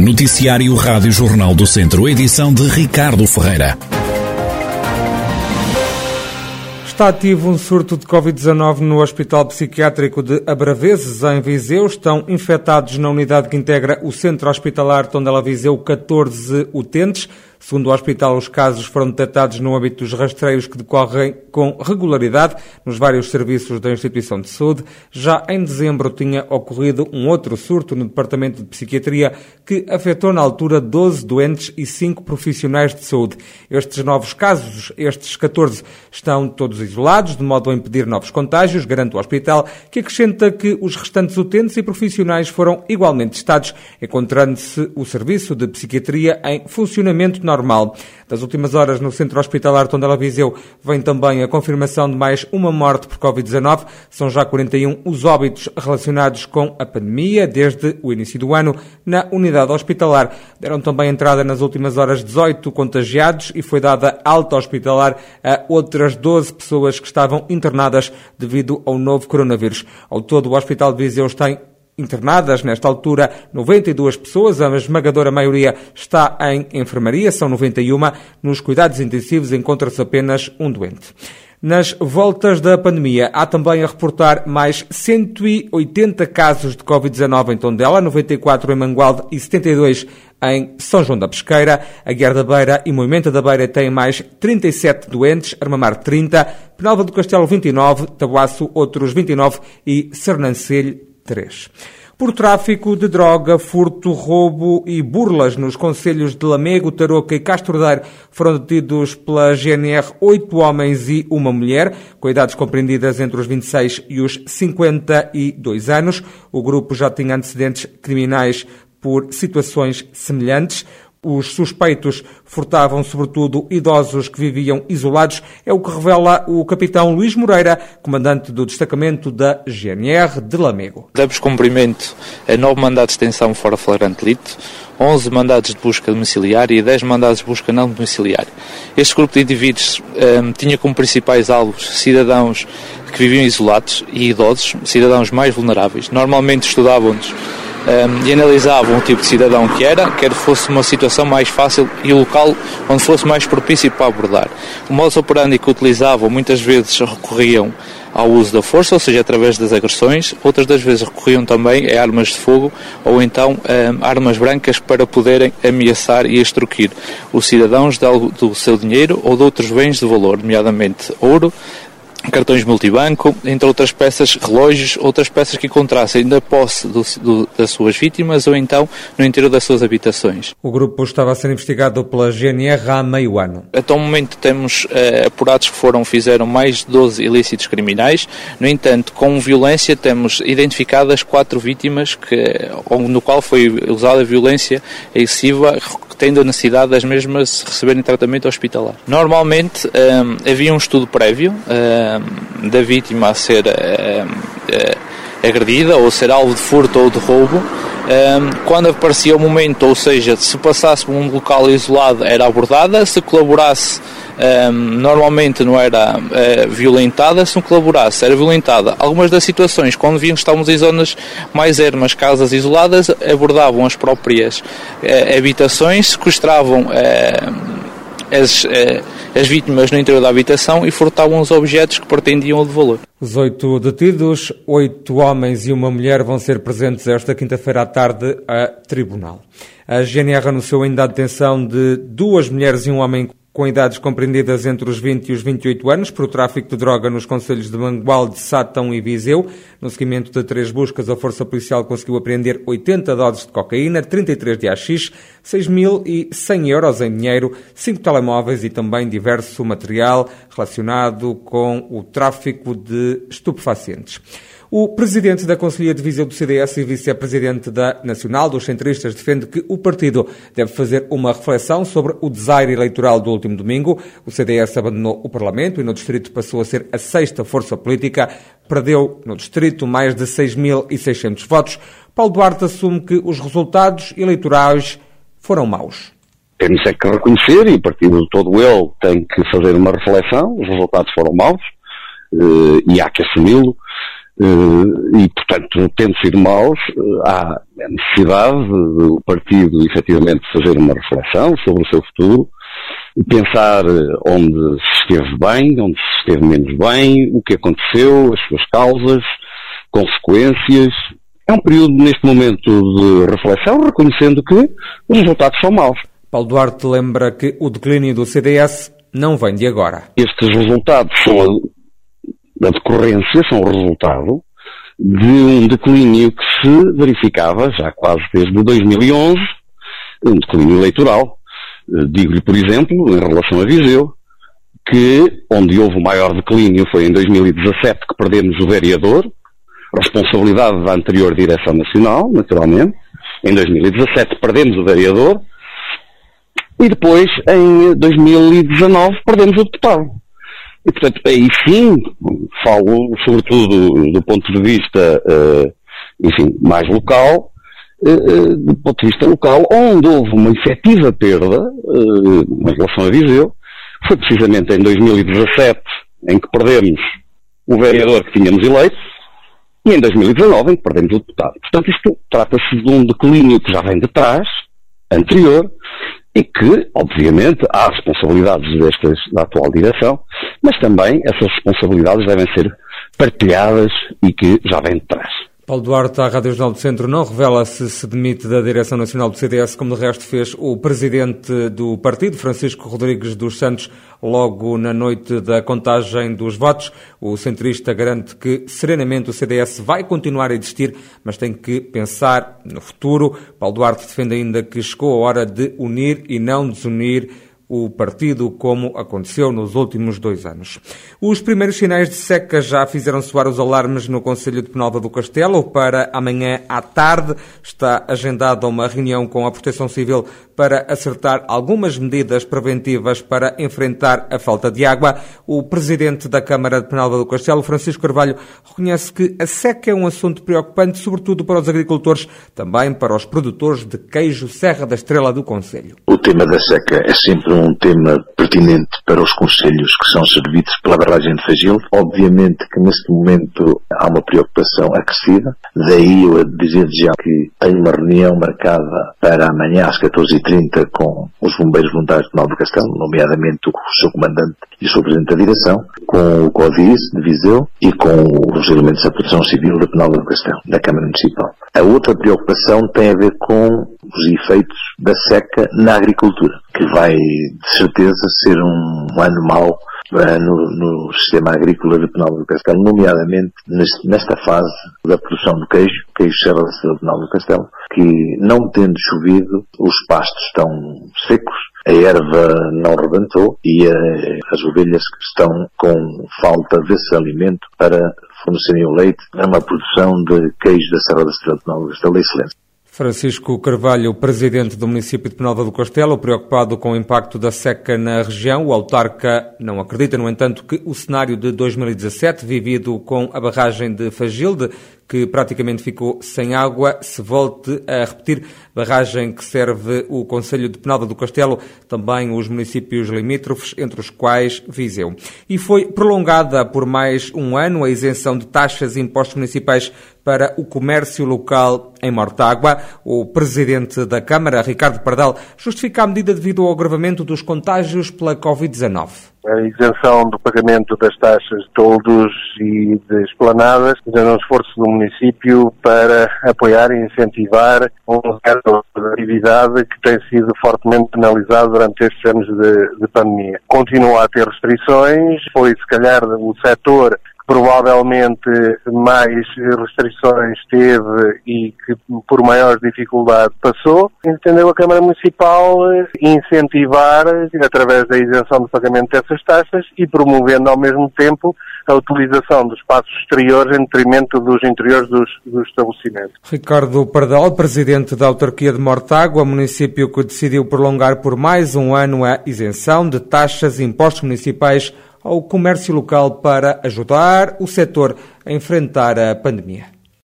Noticiário Rádio Jornal do Centro, edição de Ricardo Ferreira. Está ativo um surto de Covid-19 no Hospital Psiquiátrico de Abraveses, em Viseu. Estão infectados na unidade que integra o Centro Hospitalar Tondela Viseu 14 utentes. Segundo o hospital, os casos foram detectados no âmbito dos rastreios que decorrem com regularidade nos vários serviços da instituição de saúde. Já em dezembro tinha ocorrido um outro surto no Departamento de Psiquiatria que afetou na altura 12 doentes e 5 profissionais de saúde. Estes novos casos, estes 14, estão todos isolados, de modo a impedir novos contágios, garante o hospital, que acrescenta que os restantes utentes e profissionais foram igualmente testados, encontrando-se o serviço de psiquiatria em funcionamento normal. Das últimas horas, no Centro Hospitalar Tondela Viseu, vem também a confirmação de mais uma morte por Covid-19. São já 41 os óbitos relacionados com a pandemia desde o início do ano na unidade hospitalar. Deram também entrada nas últimas horas 18 contagiados e foi dada alta hospitalar a outras 12 pessoas que estavam internadas devido ao novo coronavírus. Ao todo, o Hospital de Viseu tem internadas, nesta altura, 92 pessoas, a esmagadora maioria está em enfermaria, são 91. Nos cuidados intensivos encontra-se apenas um doente. Nas voltas da pandemia, há também a reportar mais 180 casos de Covid-19 em Tondela, 94 em Mangualde e 72 em São João da Pesqueira. A Guiar da Beira e Moimenta da Beira têm mais 37 doentes, Armamar 30, Penalva do Castelo 29, Tabuaço outros 29 e Sernancelho 3. Por tráfico de droga, furto, roubo e burlas nos concelhos de Lamego, Tarouca e Castro Daire foram detidos pela GNR 8 homens e uma mulher, com idades compreendidas entre os 26 e os 52 anos. O grupo já tinha antecedentes criminais por situações semelhantes. Os suspeitos furtavam, sobretudo, idosos que viviam isolados. É o que revela o capitão Luís Moreira, comandante do destacamento da GNR de Lamego. Demos cumprimento a 9 mandados de detenção fora flagrante delito, 11 mandados de busca domiciliária e 10 mandados de busca não domiciliária. Este grupo de indivíduos tinha como principais alvos cidadãos que viviam isolados e idosos, cidadãos mais vulneráveis. Normalmente estudavam-nos e analisavam o tipo de cidadão que era, quer fosse uma situação mais fácil e o local onde fosse mais propício para abordar. O modus operandi que utilizavam muitas vezes recorriam ao uso da força, ou seja, através das agressões, outras das vezes recorriam também a armas de fogo ou então armas brancas para poderem ameaçar e extorquir os cidadãos do seu dinheiro ou de outros bens de valor, nomeadamente ouro, cartões multibanco, entre outras peças, relógios, outras peças que encontrassem na posse das suas vítimas ou então no interior das suas habitações. O grupo estava a ser investigado pela GNR há meio ano. Até o momento temos apurados que fizeram mais de 12 ilícitos criminais. No entanto, com violência temos identificadas 4 vítimas no qual foi usada violência excessiva, tendo a necessidade das mesmas receberem tratamento hospitalar. Normalmente havia um estudo prévio da vítima a ser agredida ou ser alvo de furto ou de roubo. Quando aparecia o momento, ou seja, se passasse por um local isolado era abordada, se colaborasse normalmente não era violentada, se não colaborasse era violentada. Algumas das situações, quando viam que estávamos em zonas mais ermas, casas isoladas, abordavam as próprias habitações, sequestravam as vítimas no interior da habitação e furtavam os objetos que pretendiam de valor. Os 8 detidos, 8 homens e uma mulher, vão ser presentes esta quinta-feira à tarde a tribunal. A GNR anunciou ainda a detenção de 2 mulheres e um homem com idades compreendidas entre os 20 e os 28 anos, por tráfico de droga nos concelhos de Mangualde, Sátão e Viseu. No seguimento de 3 buscas, a Força Policial conseguiu apreender 80 doses de cocaína, 33 de haxixe, 6.100 euros em dinheiro, 5 telemóveis e também diverso material relacionado com o tráfico de estupefacientes. O presidente da Conselhia de Viseu do CDS e vice-presidente da Nacional dos Centristas defende que o partido deve fazer uma reflexão sobre o desaire eleitoral do último domingo. O CDS abandonou o Parlamento e no distrito passou a ser a 6ª força política. Perdeu no distrito mais de 6.600 votos. Paulo Duarte assume que os resultados eleitorais foram maus. Temos é que reconhecer, e o partido todo ele tem que fazer uma reflexão. Os resultados foram maus e há que assumi-lo. E, portanto, tendo sido maus, há necessidade do partido, efetivamente, fazer uma reflexão sobre o seu futuro, pensar onde se esteve bem, onde se esteve menos bem, o que aconteceu, as suas causas, consequências. É um período, neste momento, de reflexão, reconhecendo que os resultados são maus. Paulo Duarte lembra que o declínio do CDS não vem de agora. Estes resultados são a decorrência, são o resultado de um declínio que se verificava já quase desde 2011, um declínio eleitoral. Digo-lhe, por exemplo, em relação a Viseu, que onde houve o maior declínio foi em 2017, que perdemos o vereador, responsabilidade da anterior Direção Nacional, naturalmente. Em 2017 perdemos o vereador e depois, em 2019, perdemos o deputado. E, portanto, aí sim, falo sobretudo do ponto de vista, mais local, do ponto de vista local, onde houve uma efetiva perda em relação a Viseu, foi precisamente em 2017, em que perdemos o vereador que tínhamos eleito, e em 2019, em que perdemos o deputado. Portanto, isto trata-se de um declínio que já vem de trás, anterior, e que, obviamente, há responsabilidades da atual direção, mas também essas responsabilidades devem ser partilhadas e que já vêm de trás. Paulo Duarte, à Rádio Jornal do Centro, não revela se demite da Direção Nacional do CDS, como de resto fez o presidente do partido, Francisco Rodrigues dos Santos, logo na noite da contagem dos votos. O centrista garante que, serenamente, o CDS vai continuar a existir, mas tem que pensar no futuro. Paulo Duarte defende ainda que chegou a hora de unir e não desunir o partido, como aconteceu nos últimos 2 anos. Os primeiros sinais de seca já fizeram soar os alarmes no Concelho de Penalva do Castelo. Para amanhã à tarde está agendada uma reunião com a Proteção Civil para acertar algumas medidas preventivas para enfrentar a falta de água. O presidente da Câmara de Penalva do Castelo, Francisco Carvalho, reconhece que a seca é um assunto preocupante, sobretudo para os agricultores, também para os produtores de queijo Serra da Estrela do Concelho. O tema da seca é sempre um tema pertinente para os concelhos que são servidos pela barragem de Fagil. Obviamente que neste momento há uma preocupação acrescida, daí eu dizer já que tenho uma reunião marcada para amanhã às 14h30 com os bombeiros voluntários de Penalva do Castelo, nomeadamente o seu comandante e o seu presidente da direção, com o CODIS de Viseu e com os elementos da Proteção Civil de Penalva do Castelo, da Câmara Municipal. A outra preocupação tem a ver com os efeitos da seca na agricultura, que vai de certeza ser um ano mau no sistema agrícola de Penalva do Castelo, nomeadamente nesta fase da produção do queijo Serra da Estrela de Penalva do Castelo, que não tendo chovido, os pastos estão secos, a erva não rebentou e as ovelhas que estão com falta desse alimento para fornecerem o leite, é uma produção de queijo da Serra da Estrela de Penalva do Castelo excelente. Francisco Carvalho, presidente do município de Penalva do Castelo, preocupado com o impacto da seca na região. O autarca não acredita, no entanto, que o cenário de 2017, vivido com a barragem de Fagilde, que praticamente ficou sem água, se volte a repetir. Barragem que serve o Concelho de Penalva do Castelo, também os municípios limítrofes, entre os quais Viseu. E foi prolongada por mais um ano a isenção de taxas e impostos municipais para o comércio local em Mortágua. O presidente da Câmara, Ricardo Pardal, justifica a medida devido ao agravamento dos contágios pela Covid-19. A isenção do pagamento das taxas de toldos e de esplanadas é um esforço do município para apoiar e incentivar um setor de atividade que tem sido fortemente penalizado durante estes anos de pandemia. Continua a ter restrições, foi se calhar o setor provavelmente mais restrições teve e que por maior dificuldade passou. Entendeu a Câmara Municipal incentivar, através da isenção do pagamento dessas taxas e promovendo ao mesmo tempo a utilização dos espaços exteriores em detrimento dos interiores dos estabelecimentos. Ricardo Pardal, presidente da autarquia de Mortágua, município que decidiu prolongar por mais um ano a isenção de taxas e impostos municipais ao comércio local para ajudar o setor a enfrentar a pandemia.